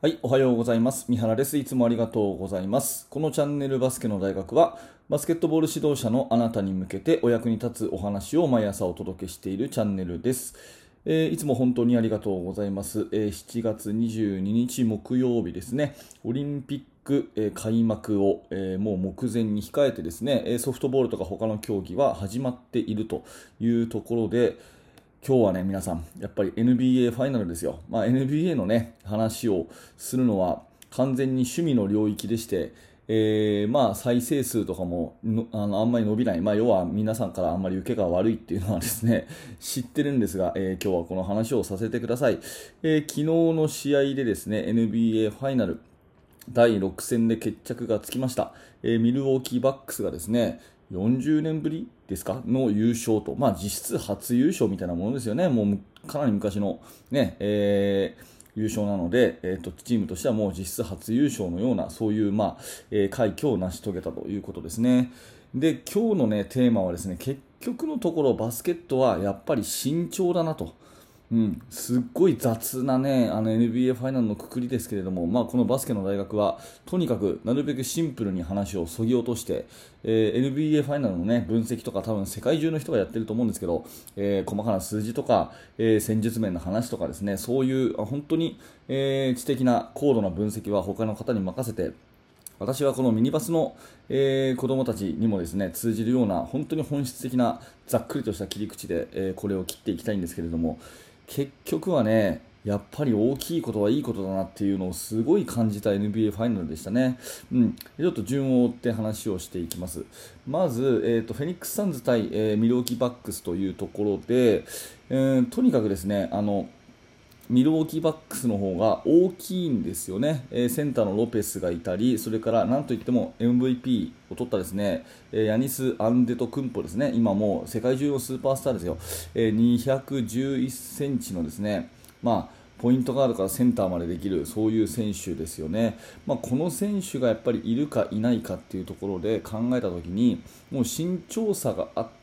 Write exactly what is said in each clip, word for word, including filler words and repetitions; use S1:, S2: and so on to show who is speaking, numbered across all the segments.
S1: はい、おはようございます。三原です。いつもありがとうございます。このチャンネルバスケの大学は、バスケットボール指導者のあなたに向けてお役に立つお話を毎朝お届けしているチャンネルです。えーいつも本当にありがとうございます。えーしちがつにじゅうににち木曜日ですね、オリンピック、えー開幕を、えーもう目前に控えてですね、えーソフトボールとか他の競技は始まっているというところで、今日はね、皆さん、やっぱり エヌビーエー ファイナルですよ。まあ、エヌビーエー のね、話をするのは完全に趣味の領域でして、えーまあ、再生数とかものあのあんまり伸びない、まあ、要は皆さんからあんまり受けが悪いっていうのはですね、知ってるんですが、えー今日はこの話をさせてください。えー昨日の試合でですね、エヌビーエー ファイナル、だいろく戦で決着がつきました。えーミルウォーキーバックスがですね、よんじゅうねんぶりですかの優勝と、まあ実質初優勝みたいなものですよね。もうむかなり昔のね、えー優勝なので、えーと、チームとしてはもう実質初優勝のような、そういう、まあえー快挙を成し遂げたということですね。で、今日のね、テーマはですね、結局のところバスケットはやっぱり慎重だなと。うん、すっごい雑なね、あの エヌビーエー ファイナルのくくりですけれども、まあ、このバスケの大学は、とにかくなるべくシンプルに話をそぎ落として、えー エヌビーエー ファイナルの、ね、分析とか多分世界中の人がやってると思うんですけど、えー細かな数字とか、えー戦術面の話とかですね、そういうあ本当に、えー知的な高度な分析は他の方に任せて、私はこのミニバスの、えー子供たちにもですね通じるような本当に本質的なざっくりとした切り口で、えーこれを切っていきたいんですけれども、結局はねやっぱり大きいことはいいことだなっていうのをすごい感じた エヌビーエー ファイナルでしたね。うん、ちょっと順を追って話をしていきます。まず、えーと、フェニックスサンズ対、えーミルウォーキーバックスというところで、えーとにかくですねあのミルウォーキーバックスの方が大きいんですよね、えーセンターのロペスがいたり、それからなんといっても エムブイピー を取ったですね、えーヤニス・アンデトクンポですね、今もう世界中のスーパースターですよ、えーにひゃくじゅういちセンチのですね、まあポイントガードからセンターまでできるそういう選手ですよね、まあ、この選手がやっぱりいるかいないかっていうところで考えたときに、もう身長差があって、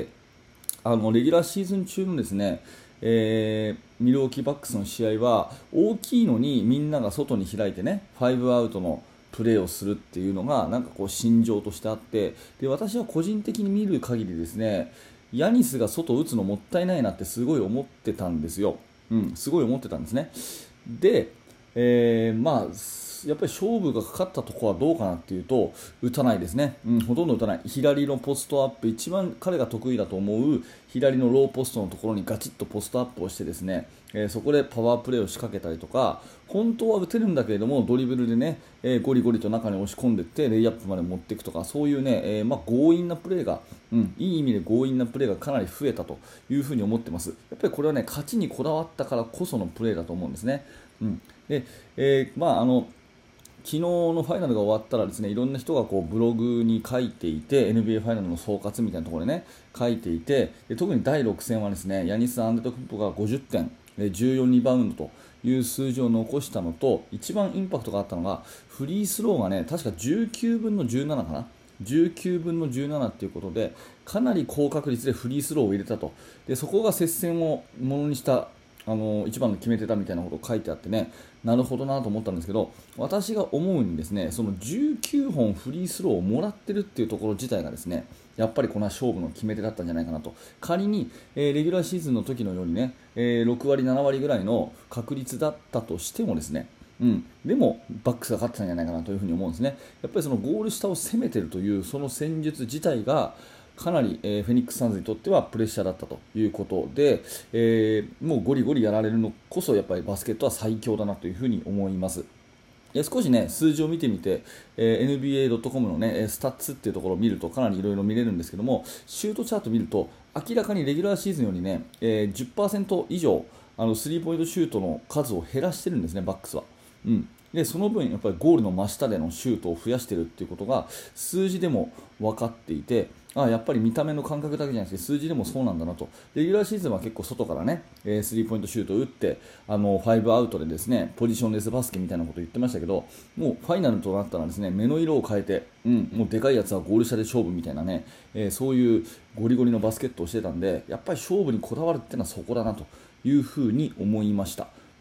S1: あのレギュラーシーズン中のですね、えーミルウォーキーバックスの試合は大きいのにみんなが外に開いてね、ファイブアウトのプレーをするっていうのがなんかこう心情としてあって、で私は個人的に見る限りですね、ヤニスが外を打つのもったいないなってすごい思ってたんですよ。うん、すごい思ってたんですね。で、えーまあやっぱり勝負がかかったところはどうかなっていうと、打たないですね、うん、ほとんど打たない。左のポストアップ、一番彼が得意だと思う左のローポストのところにガチッとポストアップをしてですね、えーそこでパワープレーを仕掛けたりとか、本当は打てるんだけれどもドリブルでね、えーゴリゴリと中に押し込んでいってレイアップまで持っていくとか、そういうね、えーまあ、強引なプレーが、うん、いい意味で強引なプレーがかなり増えたというふうに思ってます。やっぱりこれはね、勝ちにこだわったからこそのプレーだと思うんですね。うんでえーまああの昨日のファイナルが終わったらですね、いろんな人がこうブログに書いていて、 エヌビーエー ファイナルの総括みたいなところでね書いていて、で特にだいろく戦はですね、ヤニス・アンデトクンポがごじゅってん、えじゅうよんリバウンドという数字を残したのと、一番インパクトがあったのがフリースローがね、確かじゅうきゅうぶんのじゅうななかな、じゅうきゅうぶんのじゅうななということで、かなり高確率でフリースローを入れたと。でそこが接戦をものにしたあの一番の決めてたみたいなことを書いてあってね、なるほどなと思ったんですけど、私が思うにですね、そのじゅうきゅうほんフリースローをもらってるっていうところ自体がですね、やっぱりこの勝負の決め手だったんじゃないかなと。仮に、えーレギュラーシーズンの時のようにね、えーろくわりななわりぐらいの確率だったとしてもですね、うん、でもバックスが勝ってたんじゃないかなというふうに思うんですね。やっぱりそのゴール下を攻めてるというその戦術自体がかなり、えーフェニックスサンズにとってはプレッシャーだったということで、えーもうゴリゴリやられるのこそやっぱりバスケットは最強だなというふうに思います。で少しね数字を見てみて、えーエヌビーエードットコム のねえースタッツっていうところを見るとかなりいろいろ見れるんですけども、シュートチャート見ると明らかにレギュラーシーズンよりね、えーじゅっパーセント以上あのスリーポイントシュートの数を減らしてるんですね、バックスは。うん、でその分やっぱりゴールの真下でのシュートを増やしているっていうことが数字でも分かっていて、あやっぱり見た目の感覚だけじゃなくて数字でもそうなんだなと。レギュラーシーズンは結構外からね、えースリーポイントシュートを打ってあのファイブアウトでですねポジションレスバスケみたいなことを言ってましたけど、もうファイナルとなったらですね目の色を変えて、うん、もうでかいやつはゴール下で勝負みたいなね、えーそういうゴリゴリのバスケットをしてたんで、やっぱり勝負にこだわるっていうのはそこだなというふうに思いました。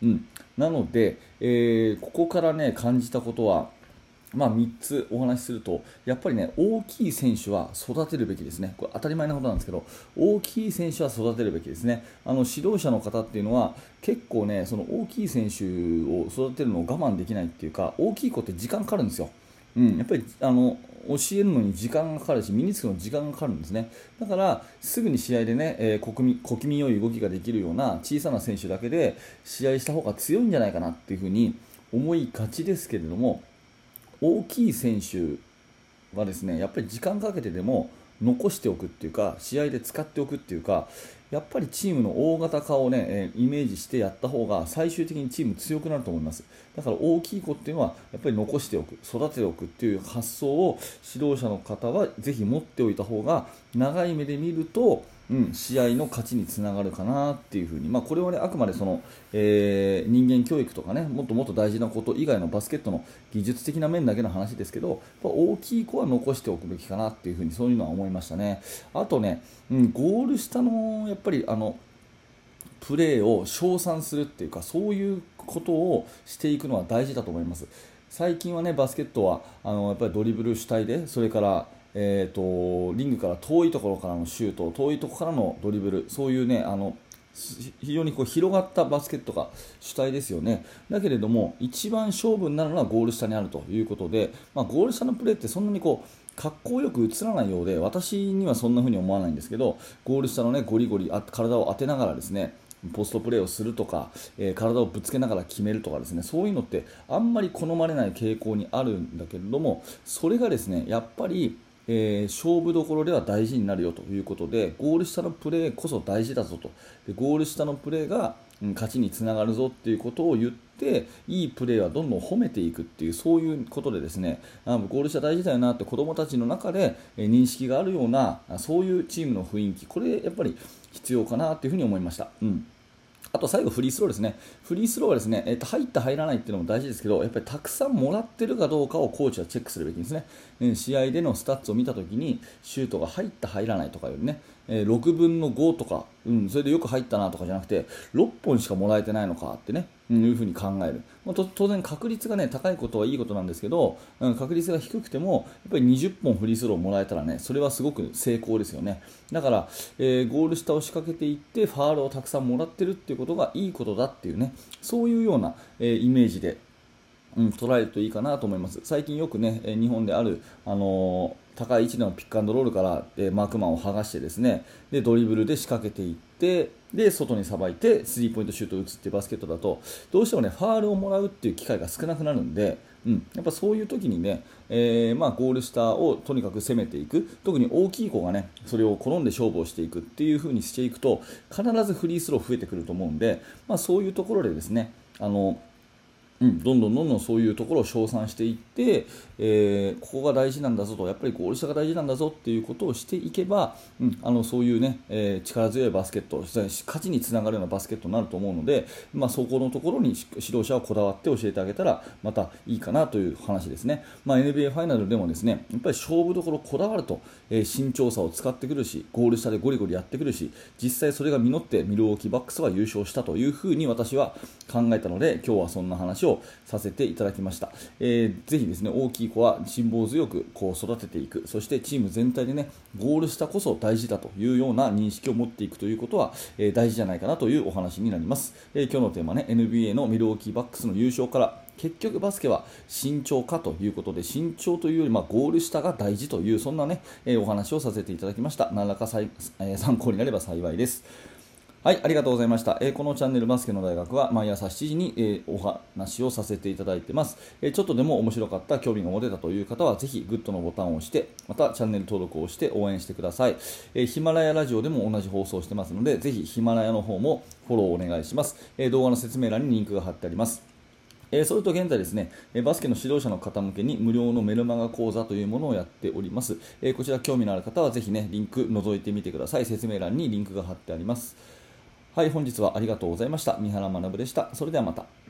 S1: うん、なので、えーここからね感じたことは、まあ、みっつお話しすると、やっぱりね、大きい選手は育てるべきですね。これ当たり前なことなんですけど、大きい選手は育てるべきですね。あの指導者の方っていうのは、結構ね、その大きい選手を育てるのを我慢できないっていうか、大きい子って時間かかるんですよ。うん、やっぱりあの教えるのに時間がかかるし、身につくのに時間がかかるんですね。だからすぐに試合でね、えー小気味小気味良い動きができるような小さな選手だけで試合した方が強いんじゃないかなっていうふうに思いがちですけれども、大きい選手はですね、やっぱり時間かけてでも残しておくっていうか、試合で使っておくっていうか、やっぱりチームの大型化をね、えーイメージしてやった方が最終的にチーム強くなると思います。だから大きい子っていうのはやっぱり残しておく、育てておくっていう発想を指導者の方はぜひ持っておいた方が、長い目で見ると、うん、試合の勝ちにつながるかなっていうふうに、まあ、これは、ね、あくまでその、えー人間教育とかね、もっともっと大事なこと以外のバスケットの技術的な面だけの話ですけど、やっぱ大きい子は残しておくべきかなっていうふうに、そういうのは思いましたね。あとね、うん、ゴール下のやっぱりあのプレーを称賛するっていうか、そういうことをしていくのは大事だと思います。最近はね、バスケットはあのやっぱりドリブル主体で、それからえー、とリングから遠いところからのシュート、遠いところからのドリブル、そういうね、あの非常にこう広がったバスケットが主体ですよね。だけれども一番勝負になるのはゴール下にあるということで、まあ、ゴール下のプレーってそんなにこうかっこよく映らないようで、私にはそんな風に思わないんですけど、ゴール下のねゴリゴリあ体を当てながらですね、ポストプレーをするとか、えー体をぶつけながら決めるとかですね、そういうのってあんまり好まれない傾向にあるんだけれども、それがですねやっぱりえー勝負どころでは大事になるよということで、ゴール下のプレーこそ大事だぞと、でゴール下のプレーが、うん、勝ちにつながるぞっていうことを言って、いいプレーはどんどん褒めていくっていう、そういうことでですね、あゴール下大事だよなって子どもたちの中で、えー認識があるような、あそういうチームの雰囲気、これやっぱり必要かなというふうに思いました。うんあと最後フリースローですね。フリースローはですね、えっと、入った入らないっていうのも大事ですけど、やっぱりたくさんもらってるかどうかをコーチはチェックするべきですね。うん試合でのスタッツを見たときに、シュートが入った入らないとかよりね、えーろくぶんのごとか、うん、それでよく入ったなとかじゃなくて、ろっぽんしかもらえてないのかってね、うんいうふうに考える。まあ、と当然確率がね、高いことはいいことなんですけど、うん、確率が低くても、やっぱりにじゅっぽんフリースローもらえたらね、それはすごく成功ですよね。だから、えーゴール下を仕掛けていって、ファールをたくさんもらってるっていうことがいいことだっていうね、そういうような、えーイメージで、うん、捉えるといいかなと思います。最近よくね、えー日本である、あのー高い位置でのピックアンドロールから、えーマークマンを剥がしてですね、でドリブルで仕掛けていって、で外にさばいてスリーポイントシュートを打つっていうバスケットだと、どうしてもねファールをもらうっていう機会が少なくなるんで、うん、やっぱそういう時にね、えーまあ、ゴール下をとにかく攻めていく、特に大きい子がねそれを好んで勝負をしていくっていう風にしていくと、必ずフリースロー増えてくると思うんで、まあ、そういうところでですね、あのうん、どんどんどんどんそういうところを称賛していって、えーここが大事なんだぞと、やっぱりゴール下が大事なんだぞっていうことをしていけば、うん、あのそういうね、えー力強いバスケット、勝ちにつながるようなバスケットになると思うので、まあ、そこのところに指導者はこだわって教えてあげたらまたいいかなという話ですね。まあ、エヌビーエー ファイナルでもですね、やっぱり勝負どころこだわると、えー身長差を使ってくるし、ゴール下でゴリゴリやってくるし、実際それが実ってミルウォーキーバックスは優勝したというふうに私は考えたので、今日はそんな話をさせていただきました。えーぜひですね、大きい子は辛抱強くこう育てていく、そしてチーム全体でねゴール下こそ大事だというような認識を持っていくということは、えー大事じゃないかなというお話になります。えー今日のテーマね、 エヌビーエー のミルウォーキーバックスの優勝から結局バスケは身長かということで、身長というよりまあゴール下が大事という、そんなね、えーお話をさせていただきました。何らかさい、えー参考になれば幸いです。はい、ありがとうございました。えーこのチャンネルバスケの大学は毎朝しちじに、えーお話をさせていただいています。えーちょっとでも面白かった、興味が持てたという方はぜひグッドのボタンを押して、またチャンネル登録をして応援してください。えーヒマラヤラジオでも同じ放送をしてますので、ぜひヒマラヤの方もフォローお願いします。えー動画の説明欄にリンクが貼ってあります。えーそれと現在ですね、えーバスケの指導者の方向けに無料のメルマガ講座というものをやっております。えーこちら興味のある方はぜひね、リンク覗いてみてください。説明欄にリンクが貼ってあります。はい、本日はありがとうございました。三原学でした。それではまた。